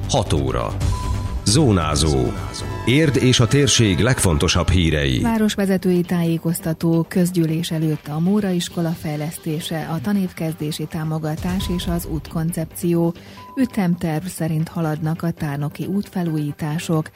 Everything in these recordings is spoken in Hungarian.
6 óra. Zónázó. Érd és a térség legfontosabb hírei. Városvezetői tájékoztató, közgyűlés előtt a Móra iskola fejlesztése, a tanévkezdési támogatás és az útkoncepció. Ütemterv szerint haladnak a tárnoki útfelújítások.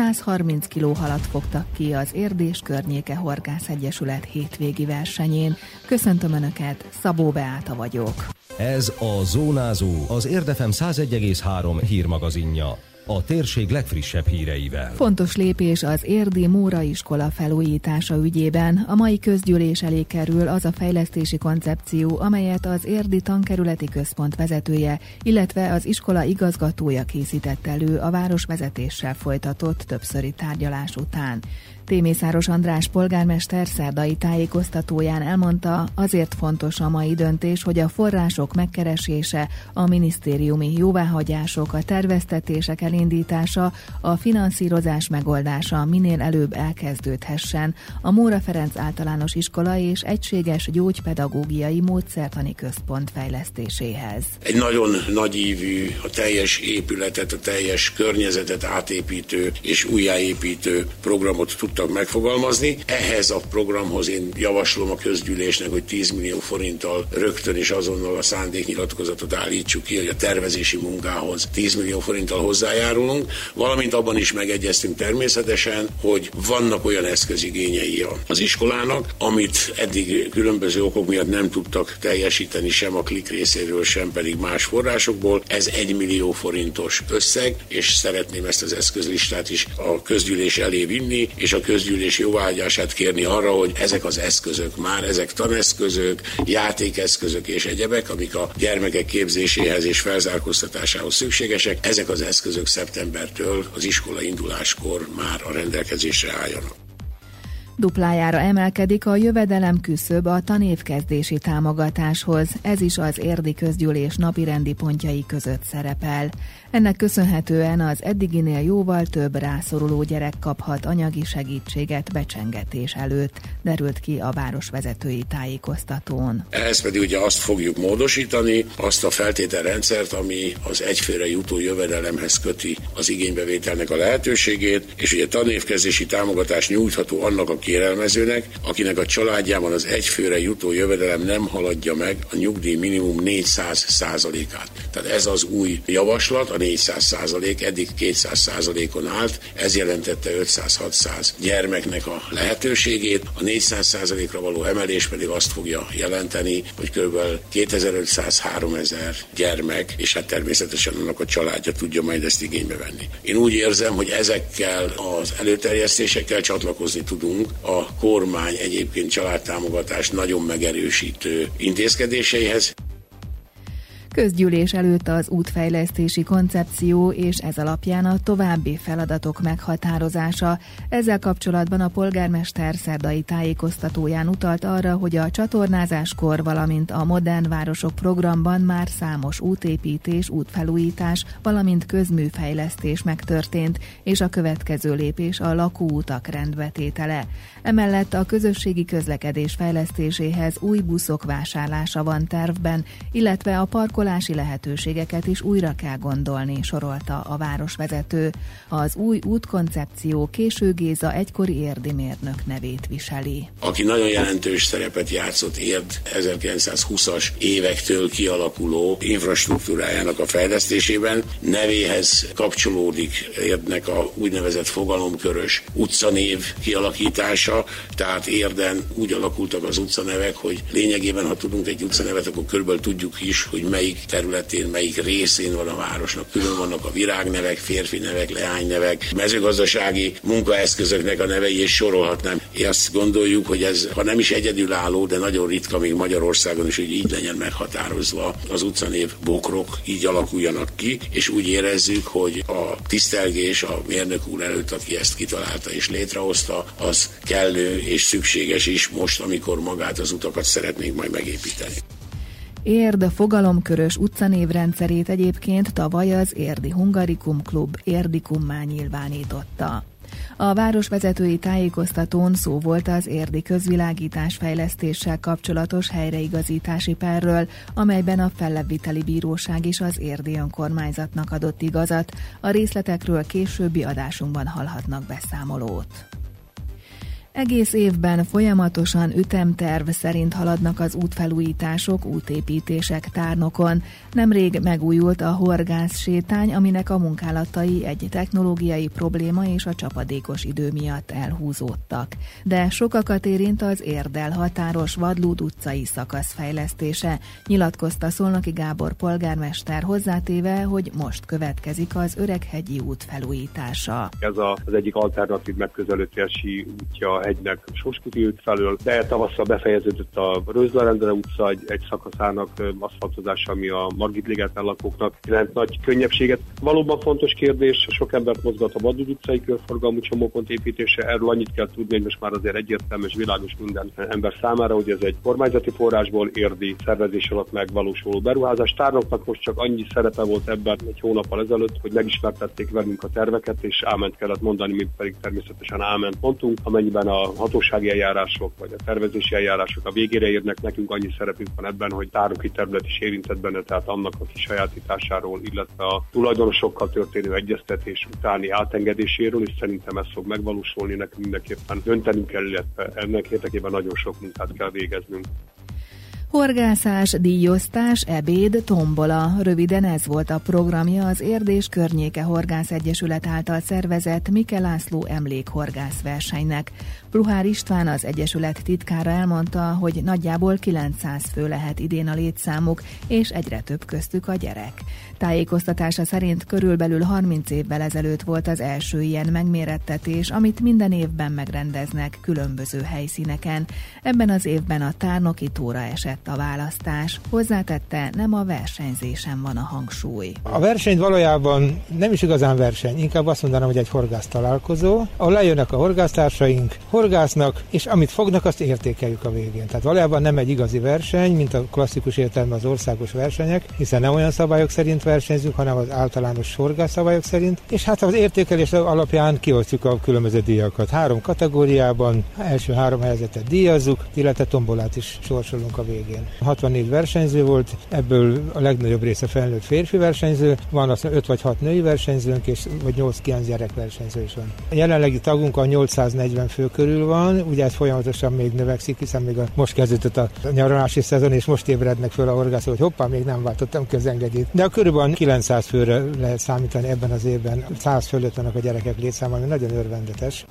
130 kiló halat fogtak ki az Érd és Környéke Horgász Egyesület hétvégi versenyén. Köszöntöm Önöket, Szabó Beáta vagyok. Ez a Zónázó, az Érd FM 101,3 hírmagazinja. A térség legfrissebb híreivel. Fontos lépés az érdi Móra iskola felújítása ügyében. A mai közgyűlés elé kerül az a fejlesztési koncepció, amelyet az érdi tankerületi központ vezetője, illetve az iskola igazgatója készített elő a városvezetéssel folytatott többszöri tárgyalás után. Mészáros András polgármester szerdai tájékoztatóján elmondta, azért fontos a mai döntés, hogy a források megkeresése, a minisztériumi jóváhagyások, a terveztetések elindítása, a finanszírozás megoldása minél előbb elkezdődhessen a Móra Ferenc Általános Iskola és Egységes Gyógypedagógiai Módszertani Központ fejlesztéséhez. Egy nagyon nagyívű, a teljes épületet, a teljes környezetet átépítő és újjáépítő programot tudtak megfogalmazni. Ehhez a programhoz én javaslom a közgyűlésnek, hogy 10 millió forinttal rögtön és azonnal a szándéknyilatkozatot állítsuk ki, hogy a tervezési munkához 10 millió forinttal hozzájárulunk, valamint abban is megegyeztünk természetesen, hogy vannak olyan eszközigényei az iskolának, amit eddig különböző okok miatt nem tudtak teljesíteni sem a KLIK részéről, sem pedig más forrásokból. Ez 1 millió forintos összeg, és szeretném ezt az eszközlistát is a közgyűlés elé vinni, és a közgyűlés jóváhagyását kérni arra, hogy ezek az eszközök már, ezek taneszközök, játékeszközök és egyebek, amik a gyermekek képzéséhez és felzárkóztatásához szükségesek, ezek az eszközök szeptembertől az iskola induláskor már a rendelkezésre álljanak. Duplájára emelkedik a jövedelem küszöb a tanévkezdési támogatáshoz, ez is az érdi közgyűlés napirendi pontjai között szerepel. Ennek köszönhetően az eddiginél jóval több rászoruló gyerek kaphat anyagi segítséget becsengetés előtt, derült ki a városvezetői tájékoztatón. Ehhez pedig ugye azt fogjuk módosítani, azt a feltételrendszert, ami az egyfőre jutó jövedelemhez köti az igénybevételnek a lehetőségét, és ugye tanévkezdési támogatás nyújtható annak a kérelmezőnek, akinek a családjában az egyfőre jutó jövedelem nem haladja meg a nyugdíj minimum 400%-át. Tehát ez az új javaslat, a 400%, eddig 200%-on állt, ez jelentette 500-600 gyermeknek a lehetőségét. A 400%-ra való emelés pedig azt fogja jelenteni, hogy kb. 2500-3000 gyermek, és hát természetesen annak a családja tudja majd ezt igénybe venni. Én úgy érzem, hogy ezekkel az előterjesztésekkel csatlakozni tudunk a kormány egyébként családtámogatást nagyon megerősítő intézkedéseihez. Közgyűlés előtt az útfejlesztési koncepció és ez alapján a további feladatok meghatározása. Ezzel kapcsolatban a polgármester szerdai tájékoztatóján utalt arra, hogy a csatornázáskor, valamint a Modern Városok programban már számos útépítés, útfelújítás, valamint közműfejlesztés megtörtént, és a következő lépés a lakóutak rendbetétele. Emellett a közösségi közlekedés fejlesztéséhez új buszok vásárlása van tervben, illetve a parkolási lehetőségeket is újra kell gondolni, sorolta a városvezető. Az új útkoncepció Késő Géza egykori érdi mérnök nevét viseli. Aki nagyon jelentős szerepet játszott Érd 1920-as évektől kialakuló infrastruktúrájának a fejlesztésében, nevéhez kapcsolódik Érdnek a úgynevezett fogalomkörös utcanév kialakítása, tehát Érden úgy alakultak az utcanevek, hogy lényegében, ha tudunk egy utcanevet, akkor körülbelül tudjuk is, hogy melyik területén, melyik részén van a városnak. Külön vannak a virágnevek, férfi nevek, leánynevek, mezőgazdasági munkaeszközöknek a nevei, és sorolhatnám. Én azt gondoljuk, hogy ez, ha nem is egyedülálló, de nagyon ritka még Magyarországon is, hogy így legyen meghatározva az utcanév bokrok, így alakuljanak ki, és úgy érezzük, hogy a tisztelgés a mérnök úr előtt, aki ezt kitalálta és létrehozta, az kellő és szükséges is most, amikor magát az utakat szeretnénk majd megépíteni. Érd fogalomkörös utcanévrendszerét egyébként tavaly az Érdi Hungarikum Klub Érdikummá nyilvánította. A városvezetői tájékoztatón szó volt az érdi közvilágítás fejlesztéssel kapcsolatos helyreigazítási perről, amelyben a fellebbviteli bíróság is az érdi önkormányzatnak adott igazat. A részletekről későbbi adásunkban hallhatnak beszámolót. Egész évben folyamatosan ütemterv szerint haladnak az útfelújítások, útépítések Tárnokon. Nemrég megújult a horgászsétány, aminek a munkálatai egy technológiai probléma és a csapadékos idő miatt elhúzódtak. De sokakat érint az Érddel határos Vadlód utcai szakasz fejlesztése, nyilatkozta Szolnoki Gábor polgármester, hozzátéve, hogy most következik az Öreghegyi út felújítása. Ez az egyik alternatív megközelítési útja hegynek Sóskuti út felől, de tavasszal befejeződött a Rőzla-Rendre utca egy szakaszának aszfaltozása, ami a Margit-ligeten lakóknak jelent nagy könnyebbséget. Valóban fontos kérdés, sok embert mozgat a Vadlód utcai körforgalmú csomópont építése. Erről annyit kell tudni, hogy most már azért egyértelmű és világos minden ember számára, hogy ez egy kormányzati forrásból érdi szervezés alatt megvalósuló beruházás. Tárnoknak most csak annyi szerepe volt ebben egy hónappal ezelőtt, hogy megismertették velünk a terveket, és áment kellett mondani, mi pedig természetesen áment mondtunk, amennyiben a hatósági eljárások vagy a tervezési eljárások a végére érnek, nekünk annyi szerepünk van ebben, hogy tárnoki terület is érintett benne, tehát annak a kisajátításáról, illetve a tulajdonosokkal történő egyeztetés utáni átengedéséről, és szerintem ez fog megvalósulni, nekünk mindenképpen döntenünk kell, illetve ennek érdekében nagyon sok munkát kell végeznünk. Horgászás, díjosztás, ebéd, tombola. Röviden ez volt a programja az Érd és Környéke Horgász Egyesület által szervezett Mike László emlékhorgász versenynek. Pluhár István, az egyesület titkára elmondta, hogy nagyjából 900 fő lehet idén a létszámuk, és egyre több köztük a gyerek. Tájékoztatása szerint körülbelül 30 évvel ezelőtt volt az első ilyen megmérettetés, amit minden évben megrendeznek különböző helyszíneken. Ebben az évben a Tárnoki tóra esett a választás. Hozzátette, nem a versenyzésen van a hangsúly. A verseny valójában nem is igazán verseny, inkább azt mondanám, hogy egy horgász találkozó, ahol lejönnek a horgásztársaink, horgásznak, és amit fognak, azt értékeljük a végén. Tehát valójában nem egy igazi verseny, mint a klasszikus értelemben az országos versenyek, hiszen nem olyan szabályok szerint versenyzünk, hanem az általános horgász szabályok szerint, és hát az értékelés alapján kiosztjuk a különböző díjakat. 3 kategóriában, első 3 helyezettet díjazzuk, illetve tombolát is sorsolunk a végén. 64 versenyző volt, ebből a legnagyobb része felnőtt férfi versenyző, van aztán 5 vagy 6 női versenyzőnk, és vagy 8-9 gyerekversenyző is van. A jelenlegi tagunk a 840 fő körül van, ugye ez folyamatosan még növekszik, hiszen még most kezdődött a nyaralási szezon, és most ébrednek föl a horgászok, hogy hoppá, még nem váltottam közengedélyt. De a körülbelül 900 főre lehet számítani ebben az évben, 100 fölött vannak a gyerekek létszáma, ami nagyon örvendetes.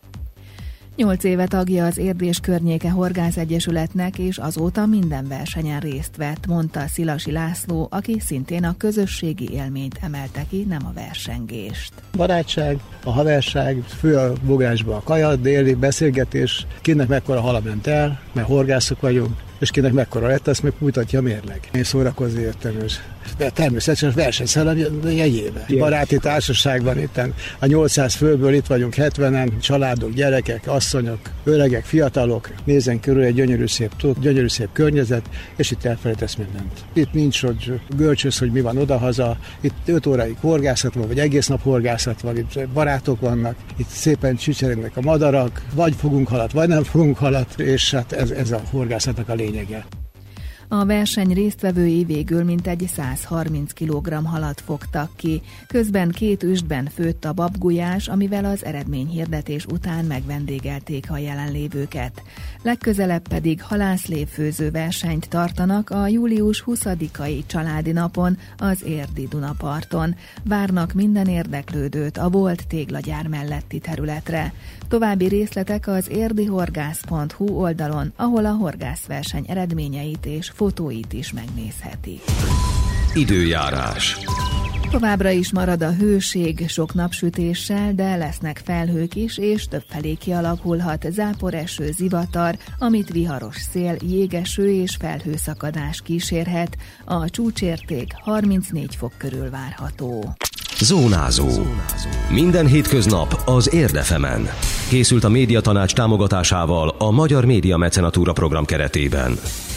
8 éve tagja az Érd és Környéke Horgász Egyesületnek, és azóta minden versenyen részt vett, mondta Szilasi László, aki szintén a közösségi élményt emelte ki, nem a versengést. Barátság, a haverság, fő a bográsban a kaja, déli beszélgetés, kinek mekkora hala ment el, mert horgászok vagyunk, és kinek mekkora lett, azt meg mutatja a mérleg. Én szórakozni jöttem, de természetesen versenyszellem jegyébe. Baráti társaságban itten a 800 főből itt vagyunk 70-en, családok, gyerekek, asszonyok, öregek, fiatalok. Nézzen körül egy gyönyörű szép környezet, és itt elfelejtesz mindent. Itt nincs, hogy görcsös, hogy mi van odahaza. Itt 5 óráig horgászat van, vagy egész nap horgászat van, itt barátok vannak, itt szépen csicserégnek a madarak, vagy fogunk halat, vagy nem fogunk halat, és hát ez a horgászatnak a lényege. A verseny résztvevői végül mintegy 130 kg halat fogtak ki. Közben 2 üstben főtt a babgulyás, amivel az eredményhirdetés után megvendégelték a jelenlévőket. Legközelebb pedig halászlévfőző versenyt tartanak a július 20-ai családi napon az érdi Dunaparton. Várnak minden érdeklődőt a volt téglagyár melletti területre. További részletek az érdihorgász.hu oldalon, ahol a horgászverseny eredményeit és fotóit is megnézheti. Időjárás. Továbbra is marad a hőség, sok napsütéssel, de lesznek felhők is, és többfelé kialakulhat záporeső, zivatar, amit viharos szél, jégeső és felhőszakadás kísérhet. A csúcsérték 34 fok körül várható. Zónázó. Minden hétköznap az Érd FM-en. Készült a Médiatanács támogatásával a Magyar Média Mecenatúra program keretében.